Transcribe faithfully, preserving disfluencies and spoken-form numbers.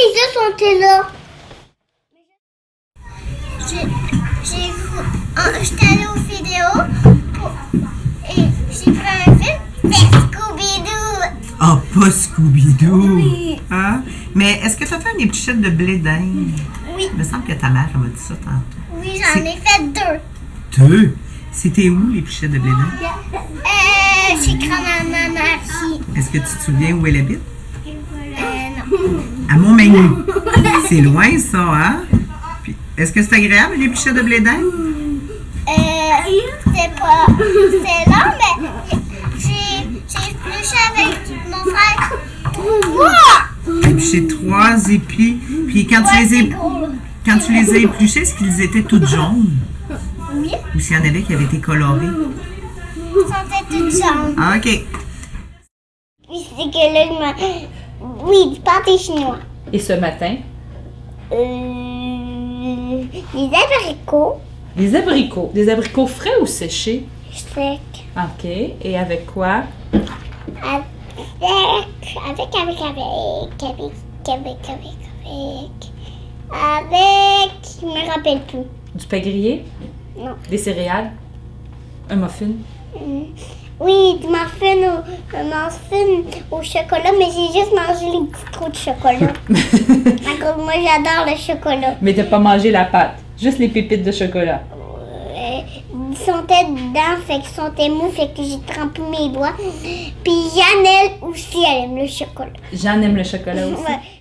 les œufs sont là. J'ai j'ai vu, j'étais allée aux vidéos pour, et j'ai pris un film, c'est Scooby-Doo. Ah, oh, pas Scooby-Doo! Oui. Hein? Mais est-ce que tu as fait une épluchette de blé d'Inde? Oui. Il me semble que ta mère m'a dit ça tantôt. Oui, j'en ai fait deux. Deux? C'était où l'épluchette de blé d'Inde? Euh, chez Grand-Maman. Est-ce que tu te souviens où elle habite? Euh, non. À Montmagny. C'est loin, ça, hein? Puis, est-ce que c'est agréable, l'épluchette de blé d'Inde? Euh, c'est pas... C'est long, mais j'ai j'ai épluché avec mon frère. Wow! Épluché trois épis. Puis quand tu Ouais, les c'est as, gros. quand tu les as épluchés, est-ce qu'ils étaient toutes jaunes? Oui, Ou s'il y en avait qui avaient été colorés? ils sont toutes jaunes. Ah, OK. Oui, c'est que là, il m'a... Oui, du pâté chinois. Et ce matin, Euh, des abricots des abricots. Des abricots frais ou séchés? secs. OK. Et avec quoi? Avec, avec, avec, avec, avec, avec, avec, avec, avec, je me rappelle plus. Du pain grillé? Non. Des céréales? Un muffin? Hum. Oui, du muffin au, un muffin au chocolat, mais j'ai juste mangé les petits trous de chocolat. Encore, moi, j'adore le chocolat. Mais t'as pas mangé la pâte, juste les pépites de chocolat. Euh, ils sont dedans, fait qu'ils sont mous, fait que j'ai trempé mes doigts. Puis Janelle aussi, elle aime le chocolat. Jeanne aime le chocolat aussi. Ouais.